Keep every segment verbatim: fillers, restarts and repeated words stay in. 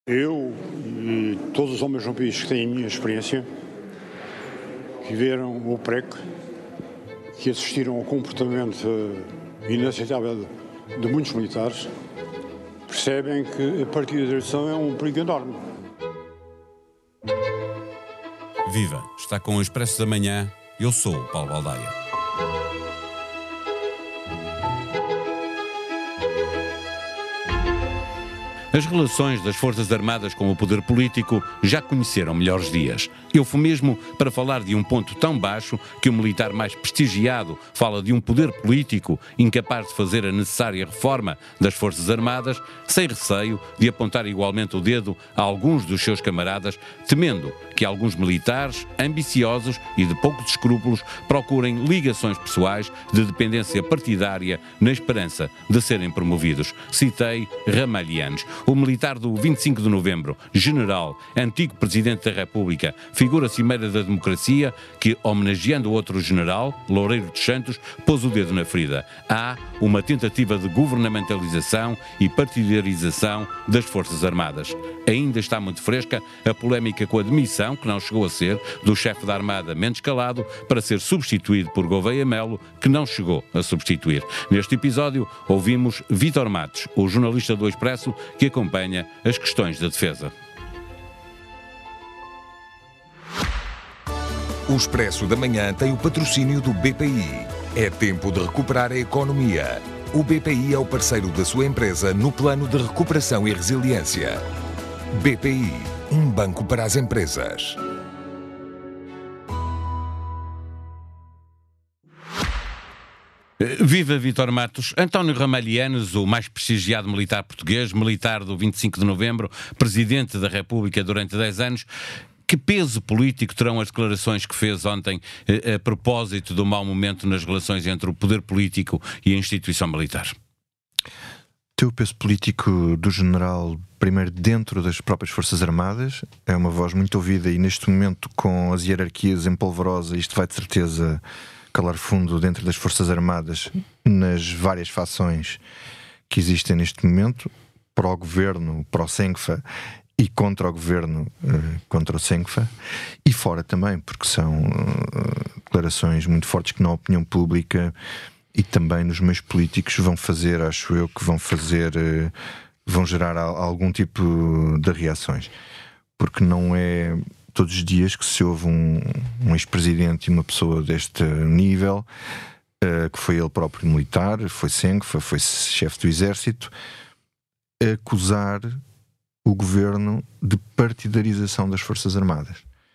Eu e todos os homens no país que têm a minha experiência, que viram o PREC, que assistiram ao comportamento inaceitável de muitos militares, percebem que a partidarização é um perigo enorme. Viva! Está com o Expresso da Manhã. Eu sou o Paulo Baldaia. As relações das Forças Armadas com o poder político já conheceram melhores dias. Eufemismo para falar de um ponto tão baixo que o militar mais prestigiado fala de um poder político incapaz de fazer a necessária reforma das Forças Armadas, sem receio de apontar igualmente o dedo a alguns dos seus camaradas, temendo que alguns militares, ambiciosos e de poucos escrúpulos, procurem ligações pessoais de dependência partidária na esperança de serem promovidos. Citei Ramalhianes. O militar do vinte e cinco de novembro, general, antigo Presidente da República, figura cimeira da democracia, que, homenageando outro general, Loureiro dos Santos, pôs o dedo na ferida. Há uma tentativa de governamentalização e partidarização das Forças Armadas. Ainda está muito fresca a polémica com a demissão, que não chegou a ser, do chefe da Armada Mendes Calado, para ser substituído por Gouveia Melo, que não chegou a substituir. Neste episódio, ouvimos Vítor Matos, o jornalista do Expresso, que acompanha as questões da defesa. O Expresso da Manhã tem o patrocínio do B P I. É tempo de recuperar a economia. O B P I é o parceiro da sua empresa no plano de recuperação e resiliência. B P I, um banco para as empresas. Viva Vítor Matos. António Ramalhianes, o mais prestigiado militar português, militar do vinte e cinco de novembro, Presidente da República durante dez anos. Que peso político terão as declarações que fez ontem a, a propósito do mau momento nas relações entre o poder político e a instituição militar? Tem o peso político do general, primeiro dentro das próprias Forças Armadas, é uma voz muito ouvida e neste momento, com as hierarquias em polvorosa, isto vai de certeza calar fundo dentro das Forças Armadas nas várias fações que existem neste momento, pró-governo, pró-Senfa e contra o governo, contra o Senfa, e fora também, porque são declarações muito fortes que na opinião pública e também nos meios políticos vão fazer, acho eu, que vão fazer, vão gerar algum tipo de reações, porque não é todos os dias que se ouve um, um ex-presidente e uma pessoa deste nível, uh, que foi ele próprio militar, foi Senfa, foi chefe do exército, acusar o governo de partidarização das Forças Armadas.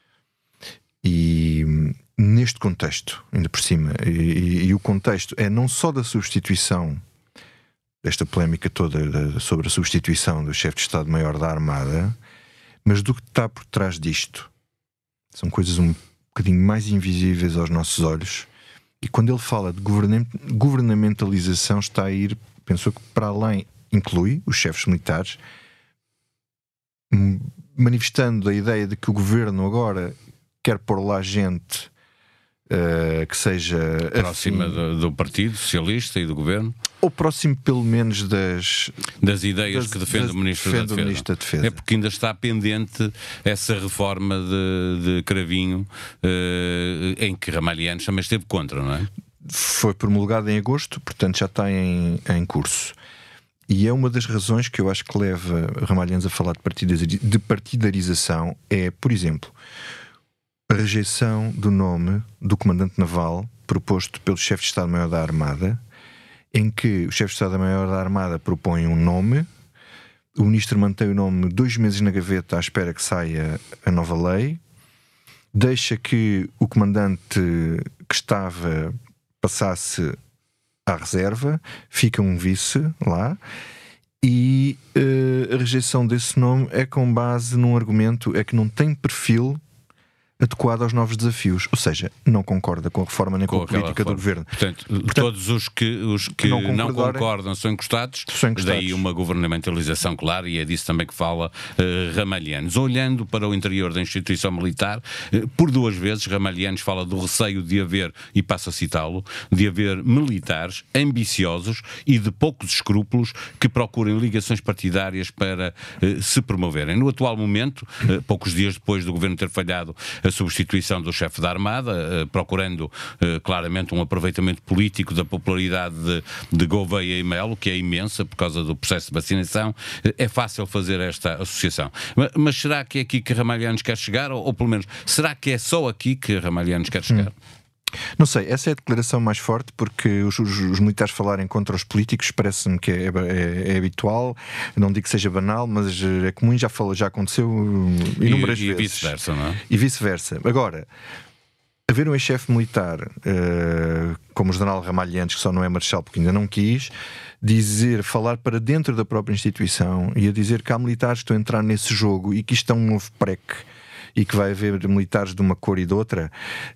E neste contexto, ainda por cima, e, e, e o contexto é não só da substituição, desta polémica toda da, sobre a substituição do chefe de Estado-Maior da Armada, mas do que está por trás disto. São coisas um bocadinho mais invisíveis aos nossos olhos. E quando ele fala de governamentalização, está a ir, pensou que para além, inclui os chefes militares, manifestando a ideia de que o governo agora quer pôr lá gente uh, que seja próxima do, do Partido Socialista e do governo, ou próximo pelo menos das das ideias das, que defende, das, o, ministro defende da o Ministro da Defesa. É porque ainda está pendente essa reforma de, de Cravinho, uh, em que Ramalhianes também esteve contra, não é? Foi promulgada em agosto, portanto já está em, em curso. E é uma das razões que eu acho que leva Ramalhianes a falar de partidarização é, por exemplo, a rejeição do nome do comandante naval proposto pelo chefe de Estado-Maior da Armada, em que o chefe de Estado-Maior da Armada propõe um nome, o ministro mantém o nome dois meses na gaveta à espera que saia a nova lei, deixa que o comandante que estava passasse à reserva, fica um vice lá, e uh, a rejeição desse nome é com base num argumento, é que não tem perfil adequado aos novos desafios, ou seja, não concorda com a reforma nem com, com a política reforma. do governo. Portanto, Portanto, todos os que, os que não, não concordam são encostados, são encostados, daí uma governamentalização clara, e é disso também que fala uh, Ramalhianos. Olhando para o interior da instituição militar, uh, por duas vezes Ramalhianos fala do receio de haver, e passo a citá-lo, de haver militares ambiciosos e de poucos escrúpulos que procurem ligações partidárias para uh, se promoverem. No atual momento, uh, poucos dias depois do governo ter falhado a substituição do chefe da Armada, eh, procurando eh, claramente um aproveitamento político da popularidade de, de Gouveia e Melo, que é imensa por causa do processo de vacinação, eh, é fácil fazer esta associação. Mas, mas será que é aqui que Ramalhianos quer chegar? Ou, ou pelo menos, será que é só aqui que Ramalhianos quer chegar? Hum. Não sei, essa é a declaração mais forte, porque os, os, os militares falarem contra os políticos parece-me que é, é, é habitual. Não digo que seja banal, mas é comum e já, falou, já aconteceu inúmeras e, e vezes. E vice-versa, não é? E vice-versa. Agora, haver um ex-chefe militar uh, como o general Ramalhianos, que só não é marechal porque ainda não quis, dizer, falar para dentro da própria instituição e a dizer que há militares que estão a entrar nesse jogo e que isto é um novo P R E C e que vai haver militares de uma cor e de outra,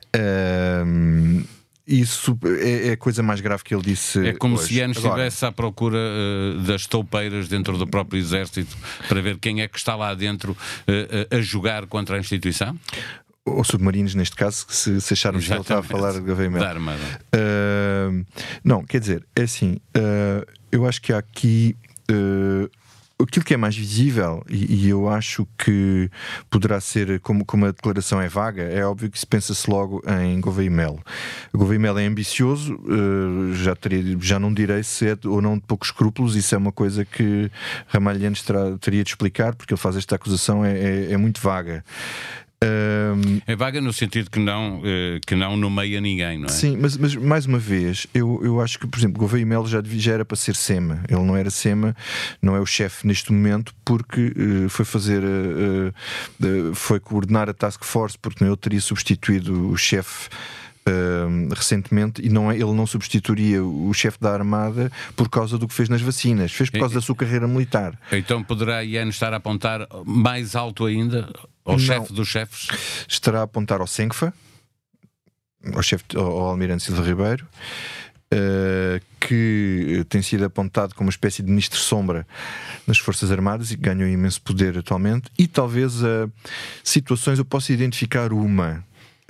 uh, isso é, é a coisa mais grave que ele disse. É como hoje. se Anos Agora, estivesse à procura uh, das toupeiras dentro do próprio exército para ver quem é que está lá dentro uh, uh, a jogar contra a instituição? Ou submarinos, neste caso, se, se acharmos que ele está a falar de Gouveia e Melo. Da Armada. Uh, não, quer dizer, é assim, uh, eu acho que há aqui uh, aquilo que é mais visível, e, e eu acho que poderá ser, como, como a declaração é vaga, é óbvio que se pensa-se logo em Gouveia e Melo. Gouveia e Melo é ambicioso, uh, já, teria, já não direi se é ou não de poucos escrúpulos, isso é uma coisa que Ramalhianos terá, teria de explicar, porque ele faz esta acusação, é, é, é muito vaga. Um, é vaga no sentido que não, que não nomeia ninguém, não é? Sim, mas, mas mais uma vez, eu, eu acho que, por exemplo, Gouveia e Melo já, já era para ser SEMA. Ele não era SEMA, não é o chefe neste momento, porque uh, foi fazer, uh, uh, foi coordenar a Task Force, porque ele teria substituído o chefe Uh, recentemente, e não é, ele não substituiria o chefe da Armada por causa do que fez nas vacinas, fez por causa e, da sua carreira militar. Então poderá Ian estar a apontar mais alto ainda ao chefe dos chefes? Estará a apontar ao Senfa, ao, chefe, ao, ao Almirante Silva Ribeiro, uh, que tem sido apontado como uma espécie de ministro sombra nas Forças Armadas e que ganhou imenso poder atualmente, e talvez a uh, situações, eu posso identificar uma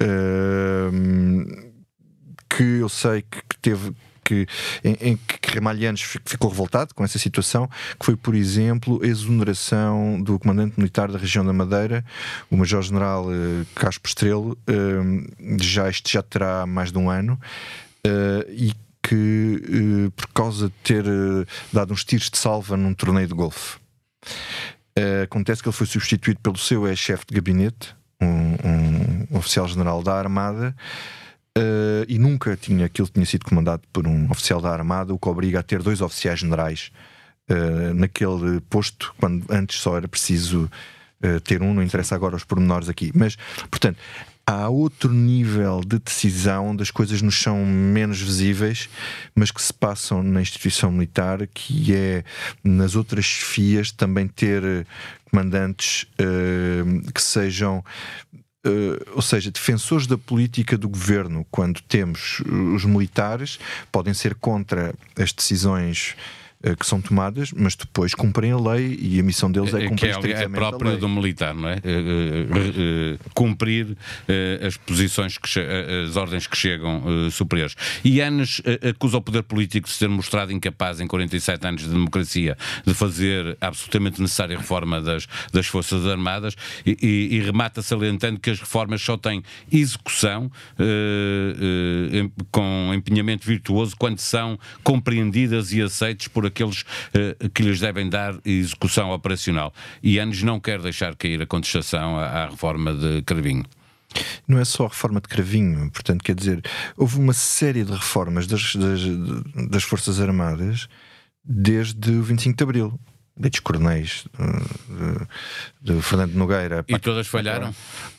Uh, que eu sei que, que teve que, em, em que Ramalhianos ficou revoltado com essa situação, que foi, por exemplo, a exoneração do comandante militar da região da Madeira, o Major-General uh, Caspo Estrelo, uh, já, este já terá mais de um ano, uh, e que uh, por causa de ter uh, dado uns tiros de salva num torneio de golfe. Uh, acontece que ele foi substituído pelo seu ex-chefe de gabinete, Um, um oficial-general da Armada, uh, e nunca tinha aquilo tinha sido comandado por um oficial da Armada, o que obriga a ter dois oficiais-generais uh, naquele posto, quando antes só era preciso uh, ter um, não interessa agora os pormenores aqui. Mas, portanto, há outro nível de decisão onde as coisas nos são menos visíveis, mas que se passam na instituição militar, que é nas outras chefias também ter comandantes uh, que sejam, uh, ou seja, defensores da política do governo. Quando temos os militares, podem ser contra as decisões que são tomadas, mas depois cumprem a lei, e a missão deles é cumprir que é, é própria do militar, não é? Uh, uh, uh, cumprir uh, as posições, que as ordens que chegam uh, superiores. E Anos uh, acusa o poder político de se ter mostrado incapaz em quarenta e sete anos de democracia de fazer a absolutamente necessária reforma das, das Forças Armadas, e, e, e remata salientando que as reformas só têm execução uh, uh, com empenhamento virtuoso quando são compreendidas e aceitas por aqueles uh, que lhes devem dar execução operacional. E Anos não quer deixar cair a contestação à, à reforma de Cravinho. Não é só a reforma de Cravinho, portanto, quer dizer, houve uma série de reformas das, das, das Forças Armadas desde o vinte e cinco de Abril. Leitos Coronéis, de, de Fernando Nogueira. E todas falharam?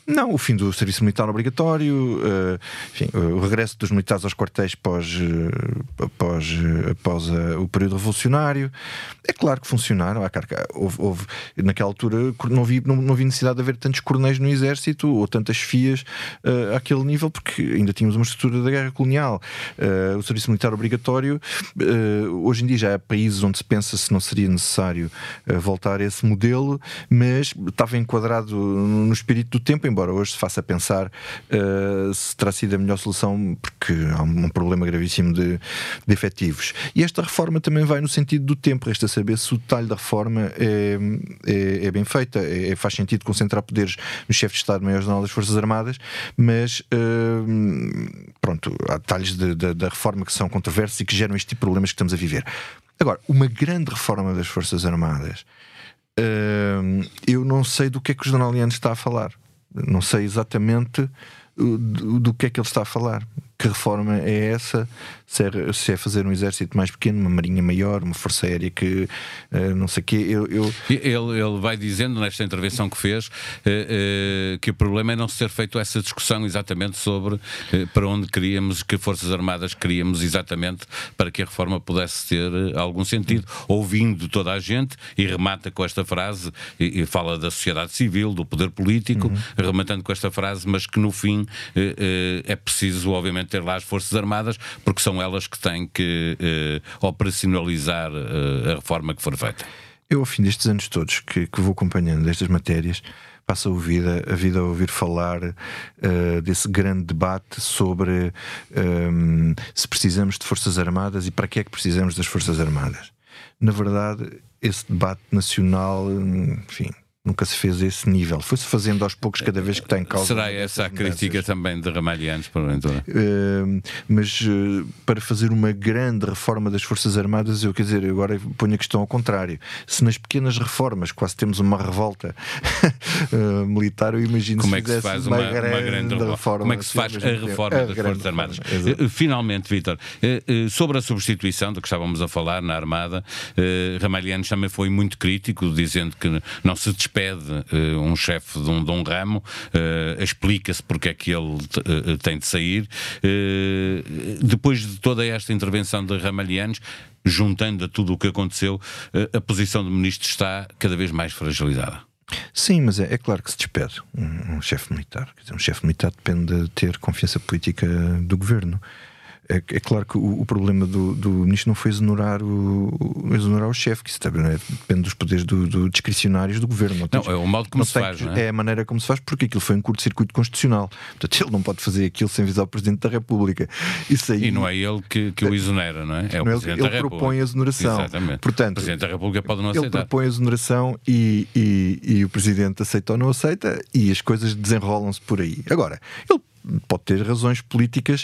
Não, o fim do serviço militar obrigatório, uh, enfim, o regresso dos militares aos quartéis pós, uh, após, uh, após uh, o período revolucionário. É claro que funcionaram. Houve, houve, naquela altura não havia, não, não havia necessidade de haver tantos coronéis no exército ou tantas fias uh, àquele nível, porque ainda tínhamos uma estrutura da guerra colonial. Uh, o serviço militar obrigatório, uh, hoje em dia já há países onde se pensa se não seria necessário uh, voltar a esse modelo, mas estava enquadrado no espírito do tempo, embora hoje se faça pensar uh, se terá sido a melhor solução, porque há um problema gravíssimo de, de efetivos. E esta reforma também vai no sentido do tempo. Resta saber se o detalhe da reforma é, é, é bem feita. É, faz sentido concentrar poderes no chefe de Estado-Maior-General das Forças Armadas, mas uh, pronto, há detalhes de, de, da reforma que são controversos e que geram este tipo de problemas que estamos a viver. Agora, uma grande reforma das Forças Armadas, uh, eu não sei do que é que o general Lianos está a falar. Não sei exatamente do, do que é que ele está a falar. Que reforma é essa? Se é, se é fazer um exército mais pequeno, uma marinha maior, uma força aérea que uh, não sei o quê. Eu, eu... Ele, ele vai dizendo nesta intervenção que fez uh, uh, que o problema é não ser feito essa discussão exatamente sobre uh, para onde queríamos, que Forças Armadas queríamos exatamente para que a reforma pudesse ter uh, algum sentido. Ouvindo toda a gente, e remata com esta frase, e, e fala da sociedade civil, do poder político, uhum. rematando com esta frase, mas que no fim uh, uh, é preciso, obviamente, ter lá as Forças Armadas, porque são elas que têm que eh, operacionalizar eh, a reforma que for feita. Eu, ao fim destes anos todos que, que vou acompanhando destas matérias, passo a vida, a vida a ouvir falar uh, desse grande debate sobre um, se precisamos de Forças Armadas e para que é que precisamos das Forças Armadas. Na verdade, esse debate nacional, enfim, nunca se fez a esse nível. Foi-se fazendo aos poucos cada vez que está em causa. Será essa a crítica também de Ramalhianos, porventura? Uh, mas uh, para fazer uma grande reforma das Forças Armadas, eu quer dizer, agora ponho a questão ao contrário. Se nas pequenas reformas quase temos uma revolta uh, militar, eu imagino como se é que se faz uma, uma grande, uma grande reforma. reforma. Como é que se faz assim, a reforma a das Forças Armadas? Uh, finalmente, Vítor, uh, uh, sobre a substituição de que estávamos a falar na Armada, uh, Ramalhianos também foi muito crítico, dizendo que não se despede uh, um chefe de um, de um ramo, uh, explica-se porque é que ele uh, tem de sair. Uh, depois de toda esta intervenção de Ramalhianos, juntando a tudo o que aconteceu, uh, a posição do ministro está cada vez mais fragilizada. Sim, mas é, é claro que se despede um, um chefe militar. Quer dizer, um chefe militar depende de ter confiança política do governo. É, é claro que o, o problema do, do ministro não foi exonerar o, exonerar o chefe, que isso também é, depende dos poderes do, do discricionários do governo. Não, não, é o modo como se faz, que, não é? É a maneira como se faz, porque aquilo foi um curto-circuito constitucional. Portanto, ele não pode fazer aquilo sem avisar o Presidente da República. Isso aí, e não é ele que, que o exonera, não é? É o não, Presidente ele, da ele República. propõe a exoneração. Exatamente. Portanto, o Presidente da República pode não ele aceitar. Ele propõe a exoneração e, e, e o Presidente aceita ou não aceita, e as coisas desenrolam-se por aí. Agora, ele pode ter razões políticas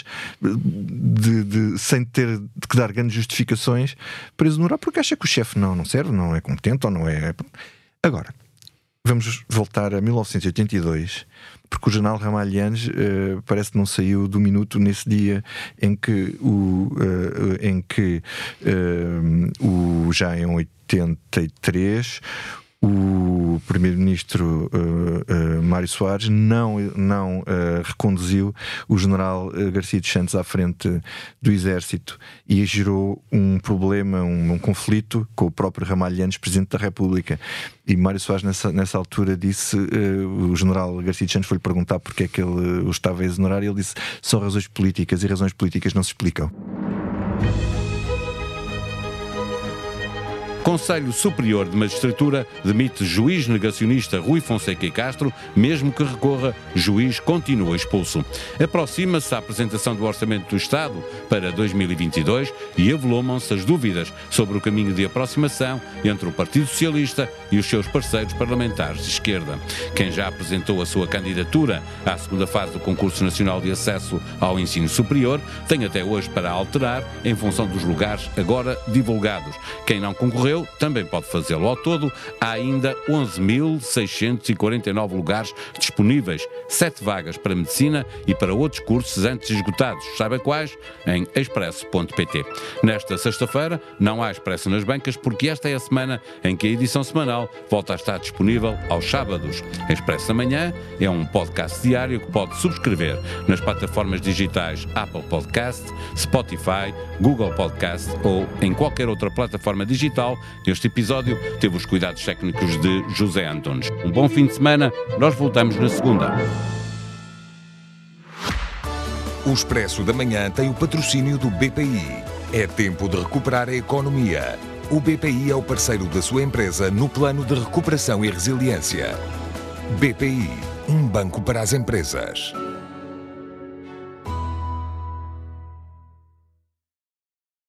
de, de, sem ter de que dar grandes justificações para exonerar, porque acha que o chefe não, não serve, não é competente ou não é. Agora, vamos voltar a mil novecentos e oitenta e dois, porque o general Ramalhianos uh, parece que não saiu do minuto nesse dia em que o, uh, em que uh, o já em oitenta e três o primeiro-ministro uh, uh, Mário Soares não, não uh, reconduziu o general uh, Garcia dos Santos à frente do exército e gerou um problema, um, um conflito com o próprio Ramalhianos, Presidente da República. E Mário Soares nessa, nessa altura disse, uh, o general Garcia dos Santos foi-lhe perguntar porque é que ele o estava a exonerar, e ele disse: são razões políticas, e razões políticas não se explicam. Conselho Superior de Magistratura demite juiz negacionista Rui Fonseca e Castro, mesmo que recorra, juiz continua expulso. Aproxima-se a apresentação do Orçamento do Estado para dois mil e vinte e dois e avolumam-se as dúvidas sobre o caminho de aproximação entre o Partido Socialista e os seus parceiros parlamentares de esquerda. Quem já apresentou a sua candidatura à segunda fase do Concurso Nacional de Acesso ao Ensino Superior tem até hoje para alterar em função dos lugares agora divulgados. Quem não concorreu inscreveu também pode fazê-lo. Ao todo, há ainda onze mil seiscentos e quarenta e nove lugares disponíveis, sete vagas para medicina e para outros cursos antes esgotados. Saiba quais? Em expresso ponto pt. Nesta sexta-feira, não há Expresso nas bancas, porque esta é a semana em que a edição semanal volta a estar disponível aos sábados. Expresso Amanhã é um podcast diário que pode subscrever nas plataformas digitais Apple Podcast, Spotify, Google Podcast ou em qualquer outra plataforma digital. Este episódio teve os cuidados técnicos de José Antunes. Um bom fim de semana, nós voltamos na segunda. O Expresso da Manhã tem o patrocínio do B P I. É tempo de recuperar a economia. O B P I é o parceiro da sua empresa no plano de recuperação e resiliência. B P I, um banco para as empresas.